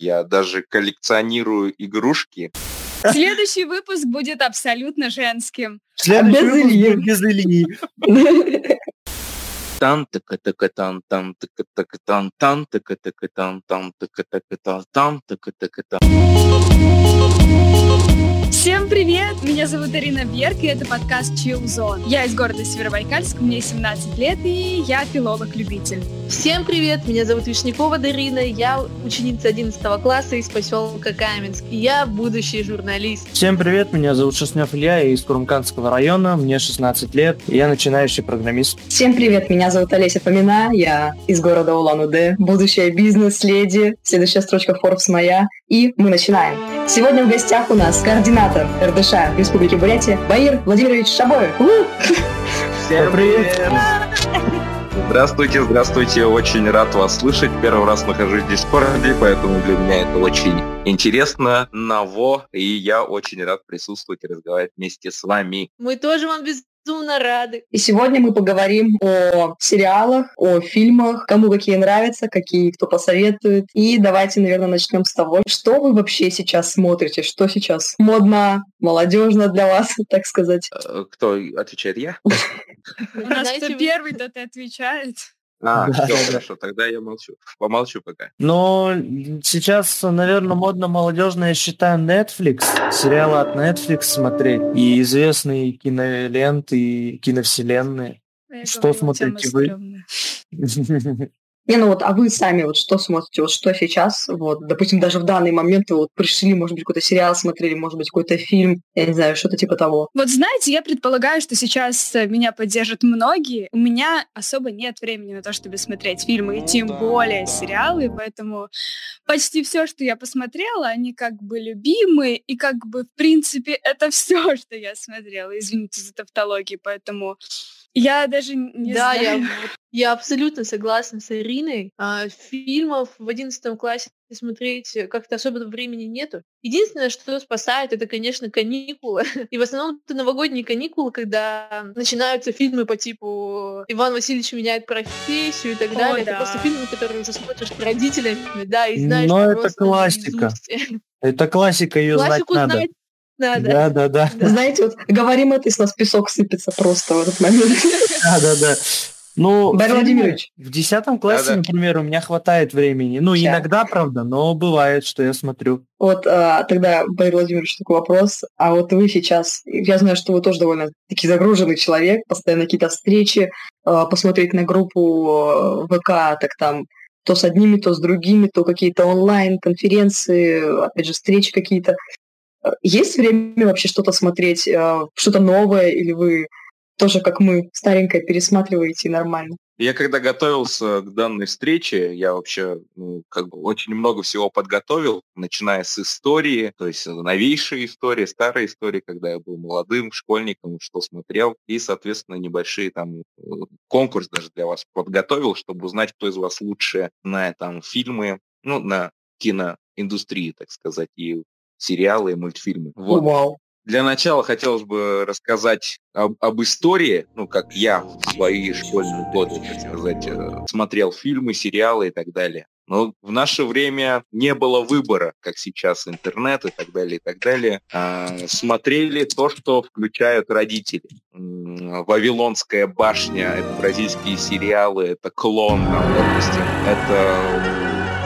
Я даже коллекционирую игрушки. Следующий выпуск будет абсолютно женским. Следующий выпуск будет без Ильи. Всем привет! Меня зовут Ирина Берг, и это подкаст Chill Zone. Я из города Северобайкальск, мне 17 лет, и я филолог-любитель. Всем привет! Меня зовут Вишнякова Дарина, я ученица 11 класса из поселка Каменск, и я будущий журналист. Всем привет! Меня зовут Шерстнев Илья, я из Курмканского района, мне 16 лет, и я начинающий программист. Всем привет! Меня зовут Олеся Фомина, я из города Улан-Удэ, будущая бизнес-леди, следующая строчка Forbes моя, и мы начинаем. Сегодня в гостях у нас координатор РДШ Республики Бурятия Баир Владимирович Шабоев. Всем привет! Здравствуйте, очень рад вас слышать. Первый раз нахожусь в Дискорде, поэтому для меня это очень интересно, ново, и я очень рад присутствовать и разговаривать вместе с вами. Мы тоже вам безумно рады. И сегодня мы поговорим о сериалах, о фильмах, кому какие нравятся, какие кто посоветует. И давайте, наверное, начнем с того, что вы вообще сейчас смотрите, что сейчас модно, молодежно для вас, так сказать. Кто отвечает? Я? У нас кто первый, тот и отвечает. Все, хорошо, тогда я молчу. Помолчу пока. Но сейчас, наверное, модно-молодежно, я считаю, Netflix, сериалы от Netflix смотреть, и известные киноленты, и киновселенные. Что смотрите вы? А вы сами что смотрите, что сейчас, допустим, даже в данный момент вы пришли, может быть, какой-то сериал смотрели, может быть, какой-то фильм, я не знаю, что-то типа того. Знаете, я предполагаю, что сейчас меня поддержат многие. У меня особо нет времени на то, чтобы смотреть фильмы, и тем более сериалы, поэтому почти все, что я посмотрела, они как бы любимые, и как бы, в принципе, это все, что я смотрела. Извините за тавтологию, поэтому... Я даже не знаю. Я абсолютно согласна с Ириной. Фильмов в 11 классе смотреть как-то особо времени нету. Единственное, что спасает, это, конечно, каникулы. И в основном это новогодние каникулы, когда начинаются фильмы по типу «Иван Васильевич меняет профессию» и так далее. Да. Это просто фильмы, которые уже смотришь с родителями, да, и знаешь. Но это классика. Это классика, ее знать надо. Надо. Да. Знаете, говорим это, и с нас песок сыпется просто в этот момент. Да. Борис Владимирович. В 10 классе, например, у меня хватает времени. Иногда, правда, но бывает, что я смотрю. Тогда, Борис Владимирович, такой вопрос. А вы сейчас, я знаю, что вы тоже довольно-таки загруженный человек, постоянно какие-то встречи, посмотреть на группу ВК, так там то с одними, то с другими, то какие-то онлайн-конференции, опять же, встречи какие-то. Есть время вообще что-то смотреть, что-то новое, или вы тоже, как мы, старенькое, пересматриваете нормально? Я когда готовился к данной встрече, я вообще очень много всего подготовил, начиная с истории, то есть новейшие истории, старые истории, когда я был молодым школьником, что смотрел, и, соответственно, небольшие конкурс даже для вас подготовил, чтобы узнать, кто из вас лучше на фильмы, на киноиндустрии, так сказать, и сериалы и мультфильмы. Вау. Для начала хотелось бы рассказать об истории, как я в свои школьные годы, так сказать, смотрел фильмы, сериалы и так далее. Но в наше время не было выбора, как сейчас интернет и так далее. Смотрели то, что включают родители. «Вавилонская башня», это бразильские сериалы, это «Клон», допустим, это...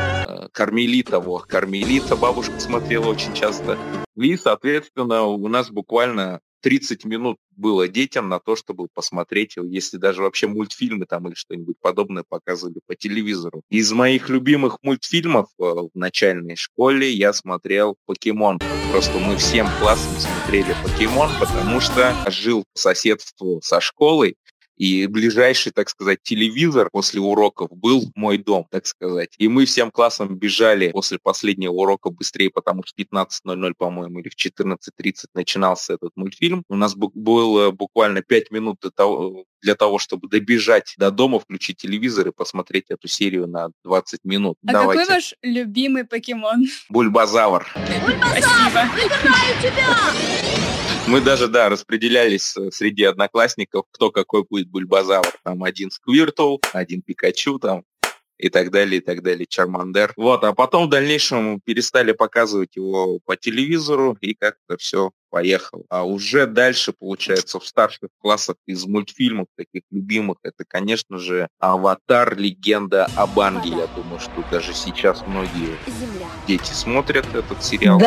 Кармелита бабушка смотрела очень часто. И, соответственно, у нас буквально 30 минут было детям на то, чтобы посмотреть, если даже вообще мультфильмы или что-нибудь подобное показывали по телевизору. Из моих любимых мультфильмов в начальной школе я смотрел «Покемон». Просто мы всем классом смотрели «Покемон», потому что жил по соседству со школой, и ближайший, так сказать, телевизор после уроков был мой дом, так сказать. И мы всем классом бежали после последнего урока быстрее, потому что в 15:00, по-моему, или в 14:30 начинался этот мультфильм. У нас было буквально 5 минут для того, чтобы добежать до дома, включить телевизор и посмотреть эту серию на 20 минут. Давайте. Какой ваш любимый покемон? Бульбазавр. Спасибо. Выбираю тебя! Мы даже, распределялись среди одноклассников, кто какой будет Бульбазавр. Там один Сквиртл, один Пикачу, и так далее, Чармандер. Вот, а потом в дальнейшем перестали показывать его по телевизору, и как-то все поехал. А уже дальше, получается, в старших классах из мультфильмов таких любимых, это, конечно же, «Аватар. Легенда об Аанге». Я думаю, что даже сейчас многие дети смотрят этот сериал.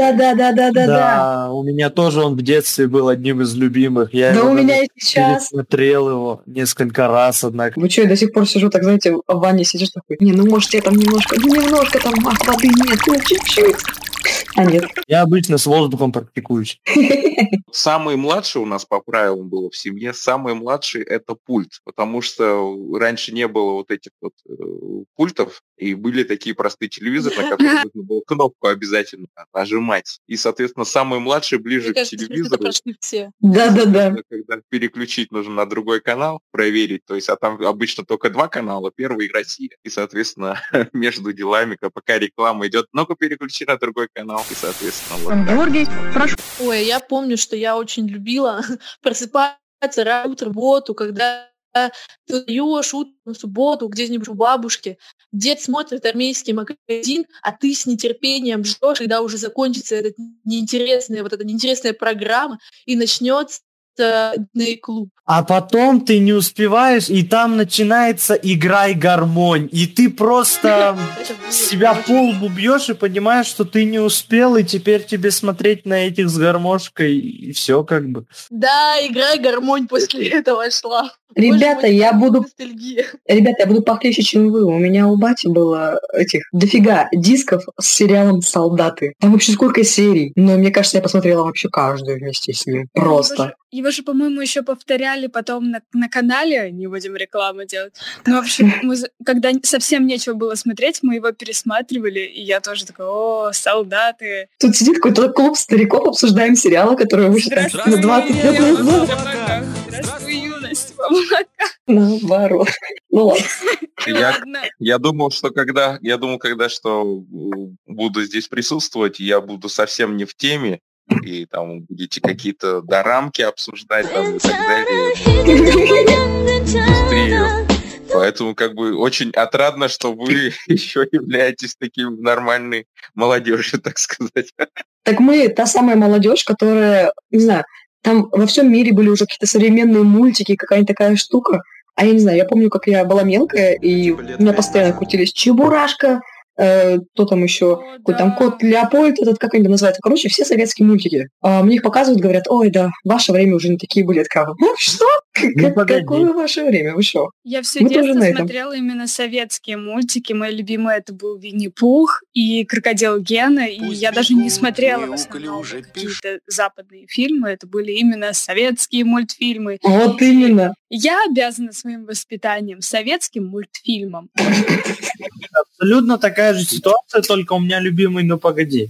Да, у меня тоже он в детстве был одним из любимых. Я у меня и сейчас. Смотрел его несколько раз, однако. Вы что, я до сих пор сижу, так, знаете, в ванне сидишь такой, может, я там немножко там воды нет, чуть-чуть. А нет. Я обычно с воздухом практикуюсь. Самый младший у нас по правилам было в семье, самый младший это пульт, потому что раньше не было вот этих вот пультов, и были такие простые телевизоры, на которые нужно было кнопку обязательно нажимать. И, соответственно, самый младший ближе к телевизору. Да. Когда переключить нужно на другой канал, проверить, то есть, а там обычно только 2 канала, первый и Россия. И, соответственно, между делами, пока реклама идет, ну-ка переключи на другой канал, и, соответственно, вот так. Георгий, прошу. Ой, я помню, что я очень любила просыпаться рано утром в субботу, когда ты даешь утром в субботу где-нибудь у бабушки, дед смотрит армейский магазин, а ты с нетерпением ждешь, когда уже закончится эта неинтересная программа и начнется клуб. А потом ты не успеваешь, и там начинается «Играй гармонь», и ты просто себя по лбу бьешь и понимаешь, что ты не успел, и теперь тебе смотреть на этих с гармошкой, и все как бы. Да, «Играй гармонь» после этого шла. Ребята, я буду похлеще, чем вы. У меня у бати было дофига дисков с сериалом «Солдаты». Там вообще сколько серий. Но мне кажется, я посмотрела вообще каждую вместе с ним. Просто. Его же, по-моему, еще повторяли потом на канале, не будем рекламу делать. Но вообще, когда совсем нечего было смотреть, мы его пересматривали, и я тоже такая, о, «Солдаты». Тут сидит какой-то клуб стариков, обсуждаем сериалы, которые вышли на 20 лет назад. Здравствуй, юность, наоборот. Ну ладно. Я думал, когда что буду здесь присутствовать, я буду совсем не в теме, и там будете какие-то дорамки обсуждать там, и так далее. Индустрию. Поэтому очень отрадно, что вы еще являетесь таким нормальной молодежью, так сказать. Так мы та самая молодежь, которая, не знаю, там во всем мире были уже какие-то современные мультики, какая-нибудь такая штука. А я не знаю, я помню, как я была мелкая, и у меня постоянно крутились «Чебурашка», кто там еще, какой там кот Леопольд, как они называются. Короче, все советские мультики. Мне их показывают, говорят, ой, да, ваше время уже не такие были. Что? Какое ваше время? Вы что? Я все детство смотрела именно советские мультики. Мои любимые это был Винни-Пух и Крокодил Гена. И я даже не смотрела в основном какие-то западные фильмы. Это были именно советские мультфильмы. Вот именно. Я обязана своим воспитанием советским мультфильмам. Абсолютно такая же ситуация, только у меня любимый «Ну, погоди».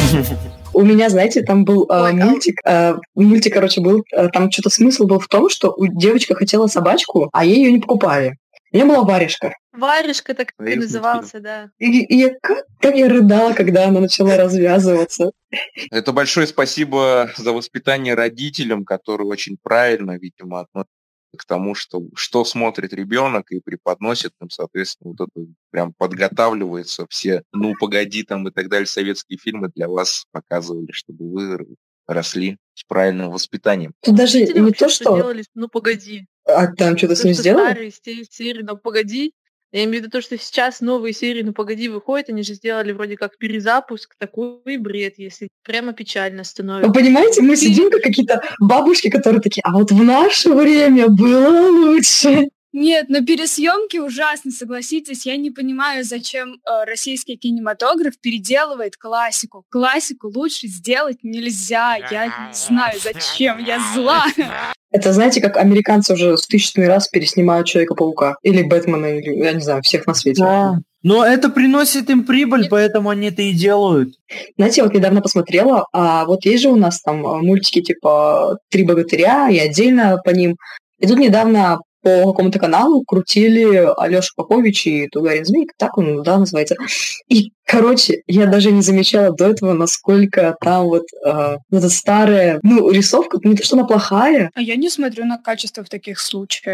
У меня, знаете, там был мультик. Мультик, короче, был... Там что-то смысл был в том, что девочка хотела собачку, а ей ее не покупали. У меня была Варежка. Варежка так и назывался, да. И как я рыдала, когда она начала развязываться. Это большое спасибо за воспитание родителям, которые очень правильно, видимо, относятся к тому, что смотрит ребенок и преподносит им, соответственно, вот это прям подготавливается все «Ну, погоди» там и так далее, советские фильмы для вас показывали, чтобы вы росли с правильным воспитанием. Тут даже не то, что... делали «Ну, погоди». А там что-то с ним сделали? Старые серии «Ну, погоди». Я имею в виду то, что сейчас новые серии «Ну, погоди» выходят, они же сделали вроде как перезапуск, такой бред, если прямо печально становится. Вы понимаете, мы сидим как какие-то бабушки, которые такие, а вот в наше время было лучше. Нет, но пересъемки ужасно, согласитесь. Я не понимаю, зачем российский кинематограф переделывает классику. Классику лучше сделать нельзя. Я не знаю, зачем. Я зла. Это, знаете, как американцы уже 1000-й раз переснимают Человека-паука. Или Бэтмена, или, я не знаю, всех на свете. Да. Но это приносит им прибыль, поэтому они это и делают. Знаете, вот недавно посмотрела, а вот есть же у нас там мультики типа «Три богатыря» и отдельно по ним. И тут недавно по какому-то каналу крутили Алёша Попович и Тугарин Змей, так он, да, называется. И, короче, я даже не замечала до этого, насколько там вот эта старая, рисовка, не то, что она плохая. А я не смотрю на качество в таких случаях.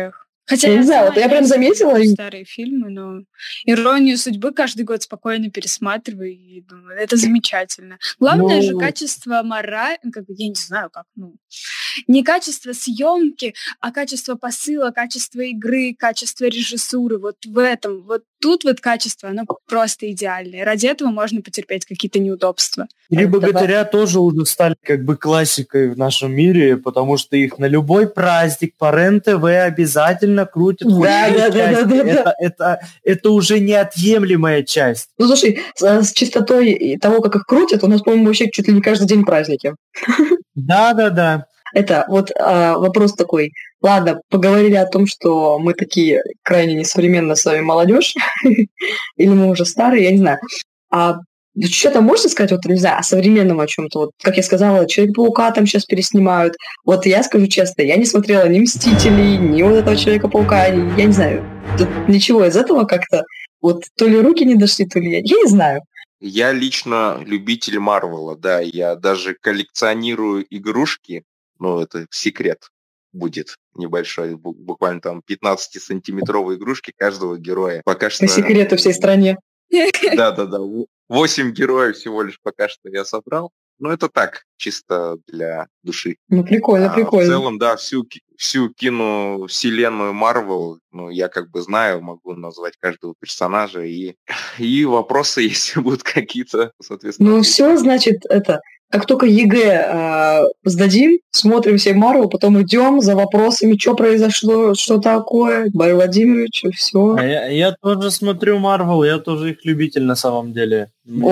Хотя я не знаю, вот я прям заметила старые фильмы, но «Иронию судьбы» каждый год спокойно пересматриваю и думаю, это замечательно. Главное же качество морали, я не знаю, не качество съемки, а качество посыла, качество игры, качество режиссуры. Вот в этом, вот тут вот качество, оно просто идеальное. Ради этого можно потерпеть какие-то неудобства. «Три богатыря» тоже уже стали классикой в нашем мире, потому что их на любой праздник по РЕН-ТВ обязательно крутят. Это уже неотъемлемая часть. Ну, слушай, с чистотой того, как их крутят, у нас, по-моему, вообще чуть ли не каждый день праздники. Да. Это вот вопрос такой. Ладно, поговорили о том, что мы такие крайне несовременные с вами молодежь, или мы уже старые, я не знаю. А что-то можно сказать, вот, не знаю, о современном о чем-то? Вот, как я сказала, Человека-паука там сейчас переснимают. Вот я скажу честно, я не смотрела ни «Мстителей», ни вот этого Человека-паука, я не знаю. Тут ничего из этого как-то вот то ли руки не дошли, то ли я не знаю. Я лично любитель Марвела, да, я даже коллекционирую игрушки, это секрет будет небольшой, буквально там 15-сантиметровые игрушки каждого героя. Пока что... По секрету всей стране. Да. 8 героев всего лишь пока что я собрал. Это так, чисто для души. Прикольно. В целом, да, всю киновселенную Марвел, я знаю, могу назвать каждого персонажа, и вопросы, если будут какие-то, соответственно. Все, значит, как только ЕГЭ сдадим, смотрим все Марвел, потом идем за вопросами, что произошло, что такое, Борис Владимирович, все. Я тоже смотрю Марвел, я тоже их любитель на самом деле.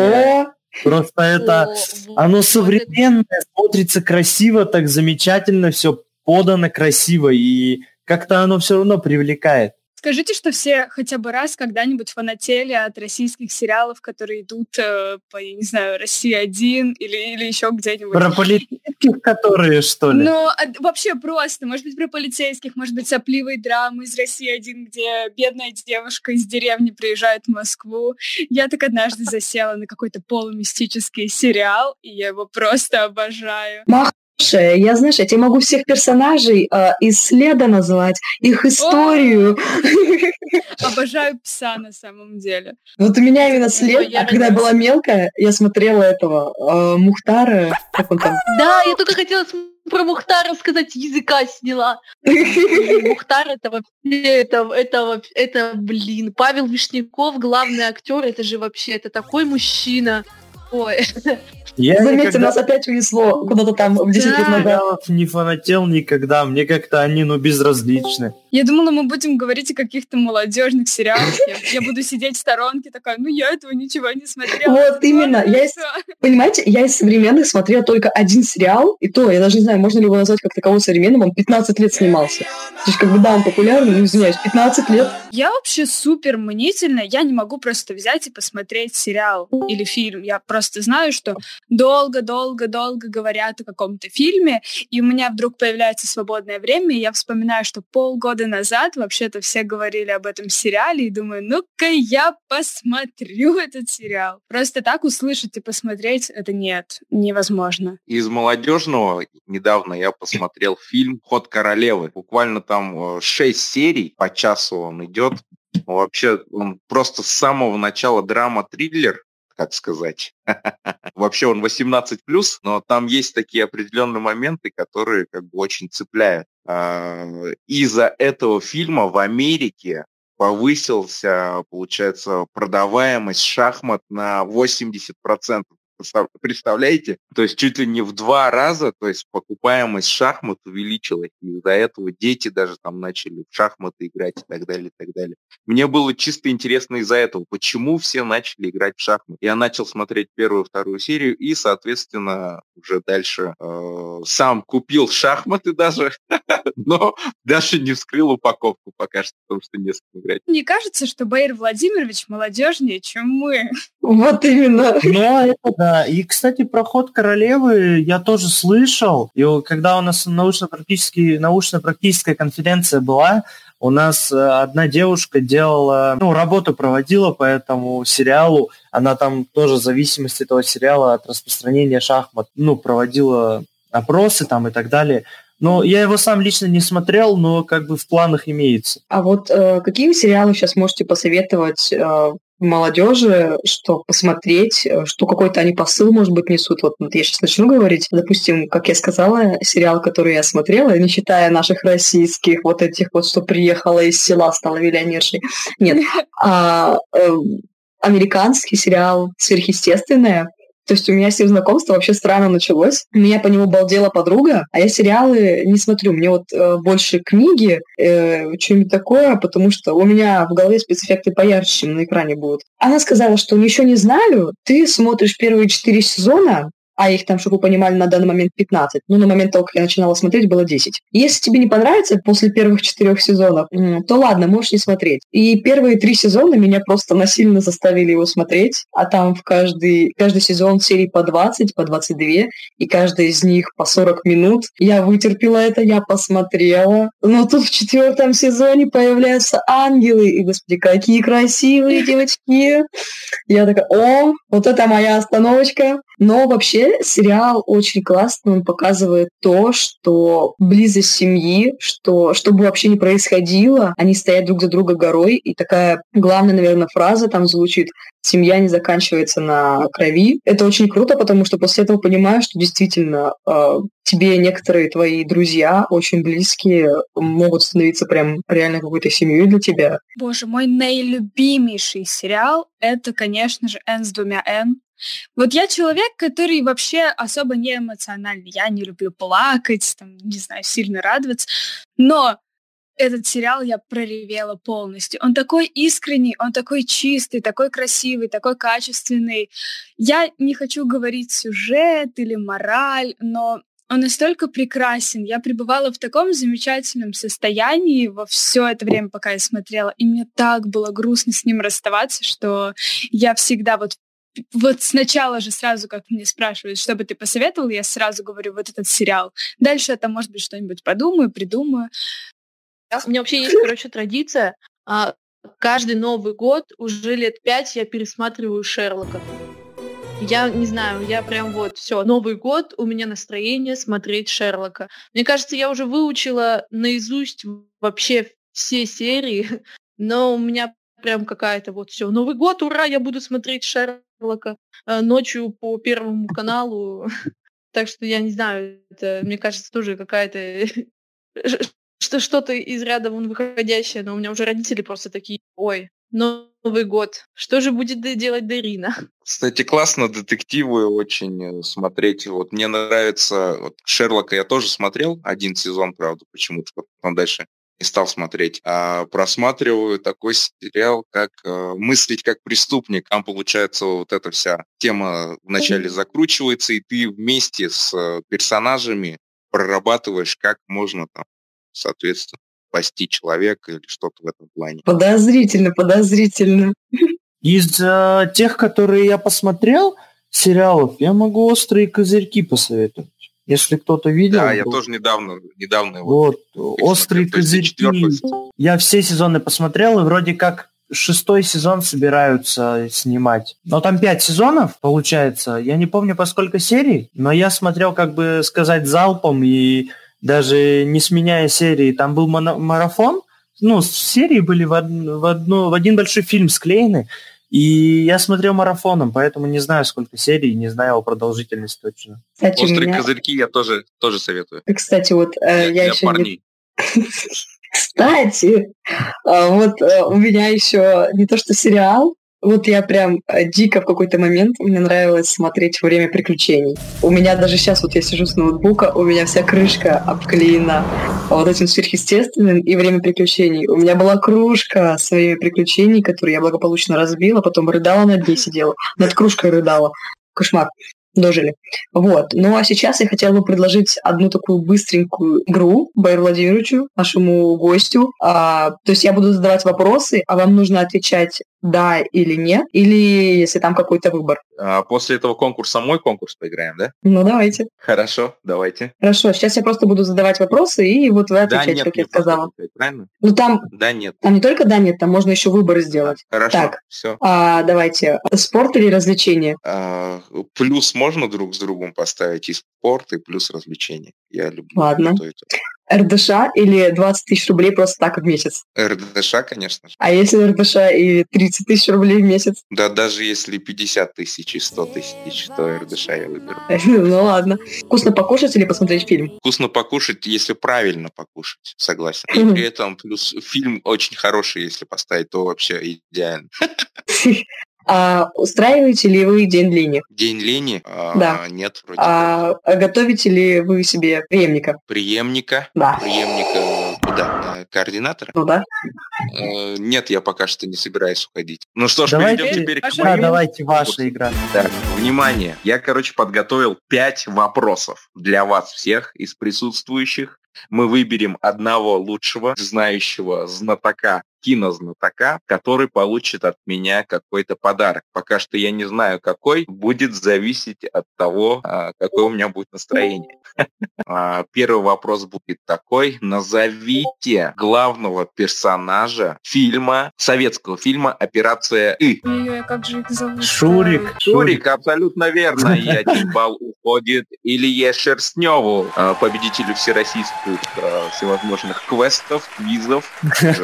Просто оно современное, смотрится красиво, так замечательно, все подано красиво, и как-то оно все равно привлекает. Скажите, что все хотя бы раз когда-нибудь фанатели от российских сериалов, которые идут по, я не знаю, «Россия-1» или еще где-нибудь. Про полицейских, которые, что ли? Вообще просто. Может быть, про полицейских, может быть, сопливые драмы из «России-1», где бедная девушка из деревни приезжает в Москву. Я так однажды засела на какой-то полумистический сериал, и я его просто обожаю. Я, я тебе могу всех персонажей из «Следа» назвать, их историю. Обожаю «Пса» на самом деле. Вот у меня именно «След», когда я была мелкая, я смотрела этого Мухтара, как он там? Да, я только хотела про Мухтара сказать, языка сняла. Мухтар это, Павел Вишняков, главный актер, это же вообще, это такой мужчина. Ой. Заметьте, нас опять унесло куда-то там в 10 лет назад. Я не фанател никогда, мне как-то они, безразличны. Я думала, мы будем говорить о каких-то молодежных сериалах. Я буду сидеть в сторонке такая, я этого ничего не смотрела. Вот именно. Понимаете, я из современных смотрела только один сериал, и то, я даже не знаю, можно ли его назвать как такового современным, он 15 лет снимался. То есть, да, он популярный, но, извиняюсь, 15 лет. Я вообще супер мнительная, я не могу просто взять и посмотреть сериал или фильм. Я просто знаю, что долго-долго-долго говорят о каком-то фильме, и у меня вдруг появляется свободное время, и я вспоминаю, что полгода назад вообще-то все говорили об этом сериале, и думаю, ну-ка я посмотрю этот сериал. Просто так услышать и посмотреть, это невозможно. Из молодежного недавно я посмотрел фильм «Ход королевы». Буквально там 6 серий, по часу он идет. Вообще, он просто с самого начала драма-триллер, как сказать. Вообще он 18+, но там есть такие определенные моменты, которые очень цепляют. Из-за этого фильма в Америке повысился, получается, продаваемость шахмат на 80%. Представляете? То есть чуть ли не в 2 раза, то есть покупаемость шахмат увеличилась. И из-за этого дети даже там начали в шахматы играть и так далее, и так далее. Мне было чисто интересно из-за этого, почему все начали играть в шахматы. Я начал смотреть 1-ю, 2-ю серию и, соответственно, уже дальше сам купил шахматы даже, но даже не вскрыл упаковку пока что, потому что не с кем играть. Мне кажется, что Борис Владимирович молодежнее, чем мы. Вот именно. Ну, это да. И, кстати, про «Ход королевы» я тоже слышал. И когда у нас научно-практическая конференция была, у нас одна девушка делала, работу проводила по этому сериалу. Она там тоже в зависимости этого сериала от распространения шахмат, проводила опросы там и так далее. Но я его сам лично не смотрел, но как бы в планах имеется. А вот какие сериалы сейчас можете посоветовать молодежи, что посмотреть, что какой-то они посыл, может быть, несут? Вот я сейчас начну говорить. Допустим, как я сказала, сериал, который я смотрела, не считая наших российских, вот этих вот, что приехала из села, стала миллионершей. Нет. Американский сериал «Сверхъестественное». То есть у меня с ним знакомство вообще странно началось. Меня по нему балдела подруга, а я сериалы не смотрю. Мне вот больше книги, что-нибудь такое, потому что у меня в голове спецэффекты поярче, чем на экране будут. Она сказала, что ничего не знаю, ты смотришь первые 4 сезона, а их там, чтобы вы понимали, на данный момент 15. Ну, на момент того, как я начинала смотреть, было 10. Если тебе не понравится после первых 4 сезонов, то ладно, можешь не смотреть. И первые 3 сезона меня просто насильно заставили его смотреть, а там в каждый сезон серий по 20, по 22, и каждая из них по 40 минут. Я вытерпела это, я посмотрела. Но тут в 4 сезоне появляются ангелы, и, господи, какие красивые девочки. Я такая, о, вот это моя остановочка. Но вообще сериал очень классный, он показывает то, что близость семьи, что бы вообще ни происходило, они стоят друг за друга горой, и такая главная, наверное, фраза там звучит: «Семья не заканчивается на крови». Это очень круто, потому что после этого понимаешь, что действительно тебе некоторые твои друзья, очень близкие, могут становиться прям реально какой-то семьей для тебя. Боже, мой наилюбимейший сериал — это, конечно же, «Н с 2 Н». Вот я человек, который вообще особо не эмоциональный. Я не люблю плакать, там, не знаю, сильно радоваться. Но этот сериал я проревела полностью. Он такой искренний, он такой чистый, такой красивый, такой качественный. Я не хочу говорить сюжет или мораль, но он настолько прекрасен. Я пребывала в таком замечательном состоянии во все это время, пока я смотрела. И мне так было грустно с ним расставаться, что я всегда вот сначала же сразу, как мне спрашивают, что бы ты посоветовал, я сразу говорю, вот этот сериал. Дальше это, может быть, что-нибудь придумаю. У меня вообще есть, традиция. Каждый Новый год уже лет 5 я пересматриваю Шерлока. Я не знаю, я прям все, Новый год, у меня настроение смотреть Шерлока. Мне кажется, я уже выучила наизусть вообще все серии, но у меня прям какая-то все, Новый год, ура, я буду смотреть Шерлока ночью по Первому каналу. Так что я не знаю, это, мне кажется, тоже какая-то что-то из ряда вон выходящее, но у меня уже родители просто такие: ой, Новый год, что же будет делать Дарина? Кстати, классно детективы очень смотреть. Вот мне нравится, Шерлока я тоже смотрел, 1 сезон, правда, почему-то потом дальше не стал смотреть. А просматриваю такой сериал, как «Мыслить как преступник». Там, получается, вот эта вся тема вначале закручивается, и ты вместе с персонажами прорабатываешь, как можно там, соответственно, спасти человека или что-то в этом плане. Подозрительно. Из тех, которые я посмотрел, сериалов, я могу «Острые козырьки» посоветовать. Если кто-то видел. Да, я тоже недавно его. Вот, «Острые козырьки». Я все сезоны посмотрел, и вроде как 6-й сезон собираются снимать. Но там 5 сезонов, получается. Я не помню, по сколько серий, но я смотрел, как бы сказать, залпом, и даже не сменяя серии. Там был марафон, серии были в один большой фильм склеены, и я смотрел марафоном, поэтому не знаю, сколько серий, не знаю его продолжительность точно. Кстати, «Острые козырьки» я тоже советую. Кстати, я еще парней. Кстати, у меня еще не то что сериал, я прям дико в какой-то момент мне нравилось смотреть «Время приключений». У меня даже сейчас, я сижу с ноутбука, у меня вся крышка обклеена вот этим «Сверхъестественным» и «Время приключений». У меня была кружка с «Время приключений», которую я благополучно разбила, потом рыдала над ней, сидела, над кружкой рыдала. Кошмар. Дожили. Ну а сейчас я хотела бы предложить одну такую быстренькую игру Баиру Владимировичу, нашему гостю. То есть я буду задавать вопросы, а вам нужно отвечать да или нет, или если там какой-то выбор. После этого конкурса мой конкурс поиграем, да? Ну, давайте. Хорошо, давайте. Хорошо, сейчас я просто буду задавать вопросы, и вот вы отвечаете, нет, как я сказала. Отвечать, правильно? Ну, там... Да, нет. Там не только да, нет, там можно еще выбор сделать. Хорошо, так, все. Давайте. Спорт или развлечение? Плюс можно друг с другом поставить и спорт, и плюс развлечение. Я люблю. Ладно. То это. РДШ или 20 тысяч рублей просто так в месяц? РДШ, конечно же. А если РДШ и 30 тысяч рублей в месяц? Да, даже если 50 тысяч и 100 тысяч, то РДШ я выберу. Ну ладно. Вкусно покушать или посмотреть фильм? Вкусно покушать, если правильно покушать, согласен. И при этом плюс фильм очень хороший, если поставить, то вообще идеально. Устраиваете ли вы день лени? День лени? Да. Нет, вроде готовите ли вы себе преемника? Преемника? Да. Преемника куда? Координатора? Ну да. Нет, я пока что не собираюсь уходить. Ну что ж, давайте, перейдем теперь к моему. Давайте, ваша игра. Так, внимание. Я, подготовил 5 вопросов для вас всех из присутствующих. Мы выберем одного лучшего, знающего знатока, кинознатока, который получит от меня какой-то подарок. Пока что я не знаю, какой. Будет зависеть от того, какое у меня будет настроение. Первый вопрос будет такой. Назовите главного персонажа советского фильма «Операция И». Ой, как же их зовут? Шурик, абсолютно верно. И 1 балл уходит Илье Шерстневу, победителю всероссийских всевозможных квестов, квизов.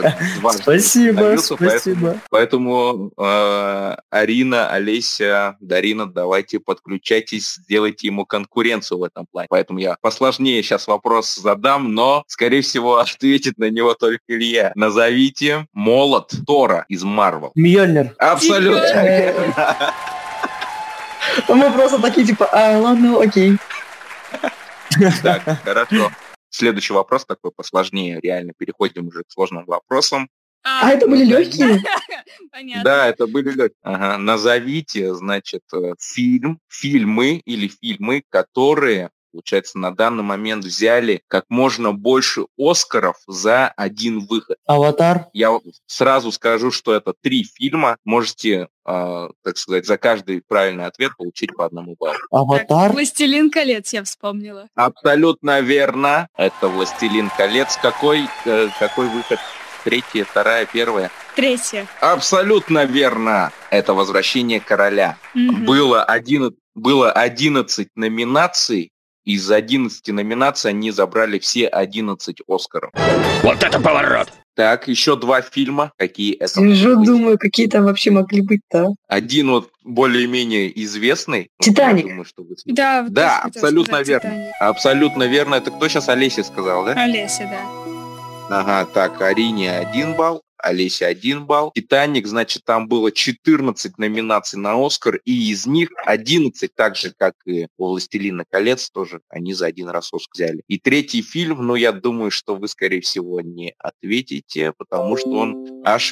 Спасибо. Поэтому Арина, Олеся, Дарина, давайте подключайтесь, сделайте ему конкуренцию в этом плане. Поэтому я посложнее сейчас вопрос задам, но, скорее всего, ответит на него только Илья. Назовите молот Тора из Марвел. Мьёльнир. Абсолютно верно. Мы просто такие, ладно, окей. Так, хорошо. Следующий вопрос такой посложнее. Реально переходим уже к сложным вопросам. Это были легкие? Понятно. Да, это были легкие. Ага. Назовите, фильмы, которые, получается, на данный момент взяли как можно больше Оскаров за один выход. Аватар. Я сразу скажу, что это 3 фильма. Можете, так сказать, за каждый правильный ответ получить по 1 баллу. Аватар. «Властелин колец» я вспомнила. Абсолютно верно. Это «Властелин колец». Какой выход? 3-я, 2-я, 1-я? 3-я. Абсолютно верно. Это «Возвращение короля». Было 11 номинаций. Из 11 номинаций они забрали все 11 Оскаров. Вот это поворот! Так, еще 2 фильма. Какие это? Сижу, думаю, какие там вообще могли быть-то. Один более-менее известный. «Титаник». Думаю, что вы... Да, абсолютно верно. «Титаник». Абсолютно верно. Это кто сейчас? Олеся сказал, да? Олеся, да. Ага, так, Арине 1 балл, Олесе 1 балл. «Титаник», значит, там было 14 номинаций на Оскар, и из них 11, так же, как и у «Властелина колец», тоже они за 1 раз Оскар взяли. И 3-й фильм, я думаю, что вы, скорее всего, не ответите, потому что он аж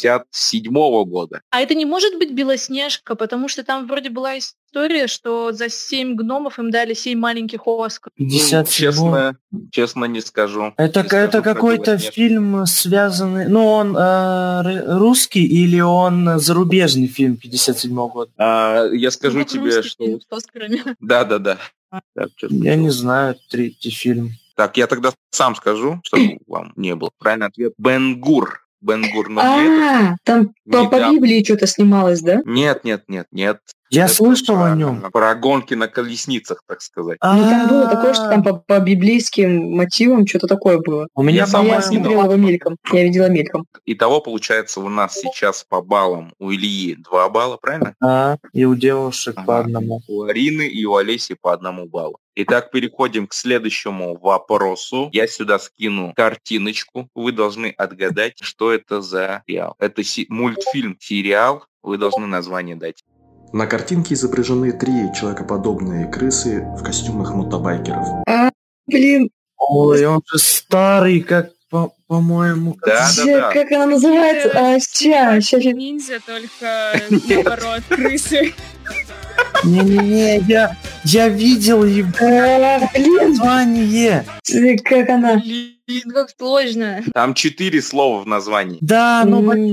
57-го года. А это не может быть «Белоснежка», потому что там вроде была история, что за 7 гномов им дали 7 маленьких Оскаров. 57. Честно не скажу. Это какой-то фильм связанный... он русский или он зарубежный фильм 57-го года? Я скажу тебе, что... С Оскарами. Да. Я не знаю, 3-й фильм. Так, я тогда сам скажу, чтобы вам не было. Правильный ответ. Бен-Гур. Бен-Гур. Там по Библии что-то снималось, да? Нет. Я слышал о нем. Про гонки на колесницах, так сказать. Там было такое, что там по библейским мотивам что-то такое было. У меня я смотрела его мельком. Я видела мельком. Итого, получается, у нас сейчас по баллам у Ильи 2 балла, правильно? И у девушек по 1. У Арины и у Олеси по 1 баллу. Итак, переходим к следующему вопросу. Я сюда скину картиночку. Вы должны отгадать, что это за сериал. Это мультфильм, сериал. Вы должны название дать. На картинке изображены 3 человекоподобные крысы в костюмах мотобайкеров. Блин. Ой, он же старый, как, по-моему. Да. Как она называется? Сейчас. Ниндзя, только наоборот, крысы. Не-не-не, я видел его название. Как она? Блин, как сложно. Там 4 слова в названии. Да,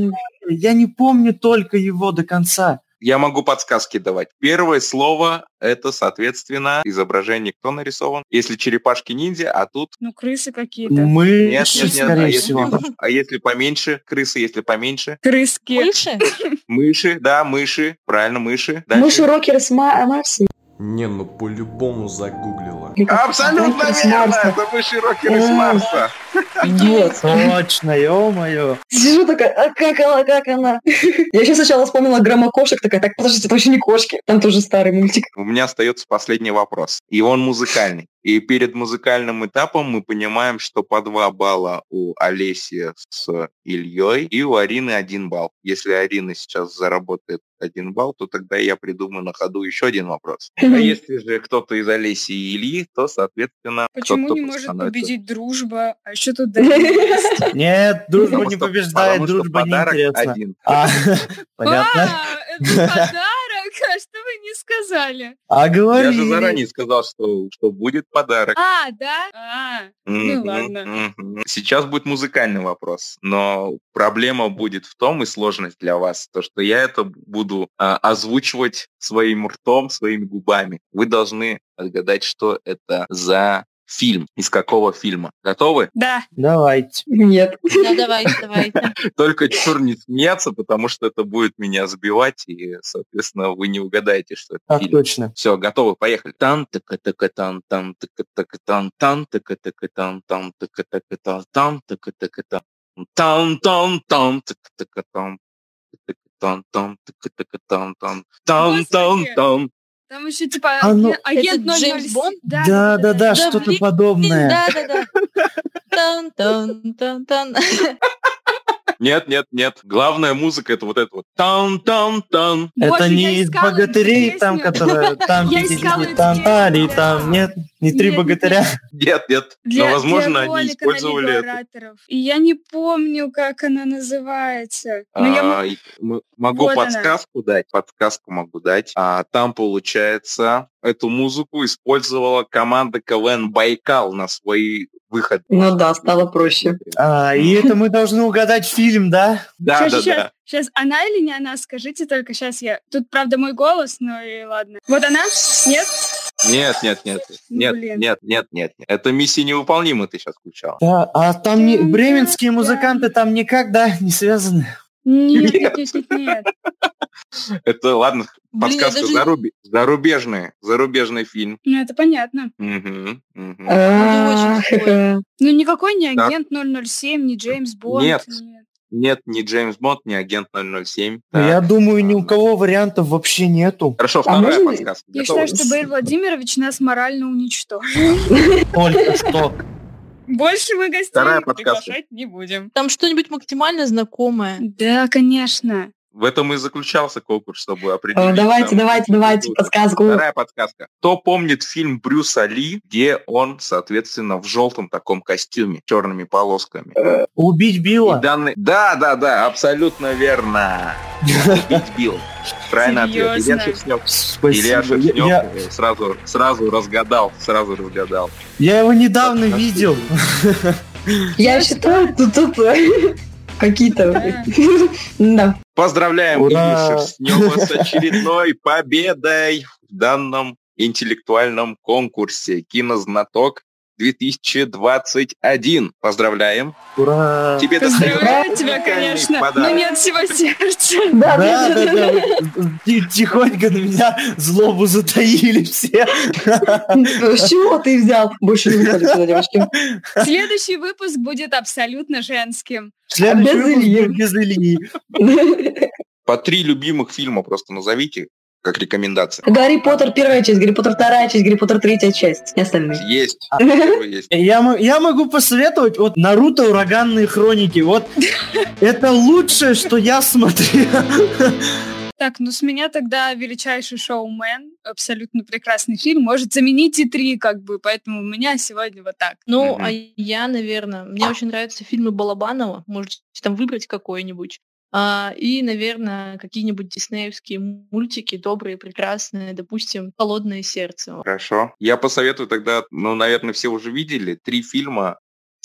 Я не помню только его до конца. Я могу подсказки давать. Первое слово — это, соответственно, изображение, кто нарисован. Если черепашки-ниндзя, а тут... Ну, крысы какие-то. Мыши, Нет. скорее всего. А если поменьше? Крысы, если поменьше? Крыски. Мыши? Мыши, да, мыши. Правильно, мыши. Дальше. Мыши-рокеры с Марса. Не, ну по-любому загуглила. Абсолютно Рокеры с верно! Марса. Это мыши-рокеры с Марса. Вот. Точно, ё-моё. Сижу такая, а как она? Я еще сначала вспомнила громокошек, такая, так, подождите, это вообще не кошки. Там тоже старый мультик. У меня остается последний вопрос. И он музыкальный. И перед музыкальным этапом мы понимаем, что по 2 балла у Олеси с Ильей и у Арины 1 балл. Если Арина сейчас заработает 1 балл, то тогда я придумаю на ходу еще один вопрос. А если же кто-то из Олеси и Ильи, то, соответственно, Почему кто-то не может становится... победить дружба? А еще тут есть. Нет, дружба Потому не что- побеждает, потому что дружба подарок неинтересна. один. Понятно. Это подарок, а что вы не сказали? А Я же говорили. заранее сказал, что будет подарок. А, да? Ну ладно. Сейчас будет музыкальный вопрос, но проблема будет в том, и сложность для вас, то, что я это буду озвучивать своим ртом, своими губами. Вы должны отгадать, что это за фильм, из какого фильма. Готовы? Да. Давайте. Нет. Да, давайте. Только чур не смеяться, потому что это будет меня сбивать, и, соответственно, вы не угадаете, что это Так фильм. точно. Все, готовы, поехали. Тан така така тан тан така така тан тан така така тан тан така така тан тан така така тан тан тан така така тан тан тан така така тан тан тан тан тан. Там еще типа ну, агент это 007. Джеймс Бонд? Да, Да, что-то блин, подобное. Да. Тан-тан-тан-тан. Нет. Главная музыка это вот это вот. Тан-тан-тан. Это Боже, я не из искала богатырей, эту там, песню. которые там Я искала эту там тали, песню, там да. нет, не 3 Нет. богатыря. Нет. Для Но, возможно, для они ролика использовали на это. видеоораторов. И я не помню, как она называется. Но я Могу Вот она. подсказку могу дать. Там, получается, эту музыку использовала команда КВН «Байкал» на свои выходы. Ну да, стало проще. И это мы должны угадать фильм, да? Да. Сейчас, она или не она? Скажите только сейчас я... Тут, правда, мой голос, но и ладно. Вот она? Нет? Нет. Это «Миссия невыполнима» ты сейчас включала. Да, а там бременские музыканты там никак, да, не связаны. Нет. Это, ладно, Блин, я подсказка даже- зарубежный фильм. Ну, это понятно. Мгм. Ха-ха. Ну, никакой не Так. агент 007, не Джеймс Бонд. Нет. Нет, не Джеймс Бонд, не агент 007. Ну, я Так. думаю, ни у кого вариантов вообще нету. Хорошо, вторая можно- подсказка. Я Готовы? считаю, что Бэйл Владимирович нас морально уничтожил. Только что. Больше мы гостей Вторая подсказка. приглашать не будем. Там что-нибудь максимально знакомое. Да, конечно. В этом и заключался конкурс, чтобы определить. Давайте, там, подсказку. Вторая подсказка. Кто помнит фильм Брюса Ли, где он, соответственно, в желтом таком костюме, черными полосками? Убить И Билла? данный... Да, абсолютно верно. Убить Билла. Правильный ответ. Илья Серьезно? Шерстнёв. Илья Спасибо. Шерстнёв сразу разгадал. Я его недавно видел. Я считаю, тут какие-то... Да. Да. Поздравляем Ура! Илью Шерстнёва с очередной победой в данном интеллектуальном конкурсе «Кинознаток 2021». Поздравляем. Ура! Тебе Поздравляю достается тебя, уникальный конечно, но подарок. не от всего сердца. Да. Тихонько на меня злобу затаили все. С чего ты взял? Больше не выходит сюда, девочки. Следующий выпуск будет абсолютно женским. Следующий Без выпуск Ильи. будет без Ильи. По 3 любимых фильма просто назовите, как рекомендация. Гарри Поттер первая часть, Гарри Поттер вторая часть, Гарри Поттер третья часть. Не остальные. Есть. Есть. Я могу посоветовать вот Наруто Ураганные хроники. Вот это лучшее, что я смотрел. Так, ну с меня тогда «Величайший шоумен», абсолютно прекрасный фильм, может заменить и 3, как бы, поэтому у меня сегодня вот так. Ну, Мгм. а я, наверное, мне очень нравятся фильмы Балабанова. Можете там выбрать какой-нибудь. И, наверное, какие-нибудь диснеевские мультики, добрые, прекрасные, допустим, «Холодное сердце». Хорошо. Я посоветую тогда, наверное, все уже видели 3 фильма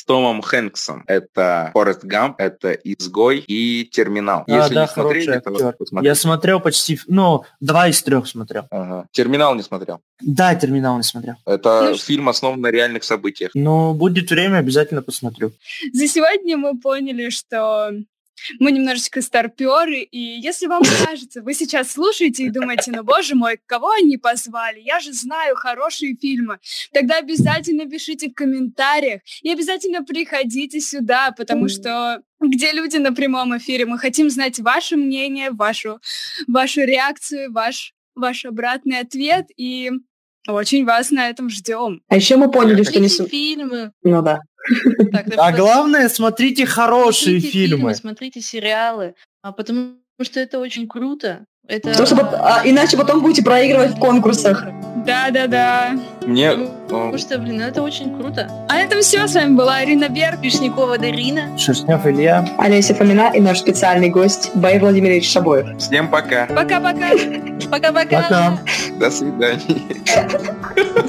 с Томом Хэнксом. Это Форест Гамп, это Изгой и Терминал. Если не смотрели, то посмотрите. Я смотрел почти, 2 из 3 смотрел. Ага. Терминал не смотрел? Да, Терминал не смотрел. Это фильм, основан на реальных событиях. Будет время, обязательно посмотрю. За сегодня мы поняли, что мы немножечко старпёры, и если вам кажется, вы сейчас слушаете и думаете, боже мой, кого они позвали? Я же знаю хорошие фильмы. Тогда обязательно пишите в комментариях и обязательно приходите сюда, потому что где люди на прямом эфире, мы хотим знать ваше мнение, вашу реакцию, ваш обратный ответ, и очень вас на этом ждем. А еще мы поняли, что не фильмы. Ну да. А главное, смотрите хорошие фильмы. Смотрите сериалы, потому что это очень круто. Иначе потом будете проигрывать в конкурсах. Да. Потому что, это очень круто. А на этом все. С вами была Арина Берг, Вишнякова Дарина, Шерстнев Илья, Олеся Фомина и наш специальный гость Баир Владимирович Шабоев. Всем пока. Пока-пока. Пока-пока. До свидания.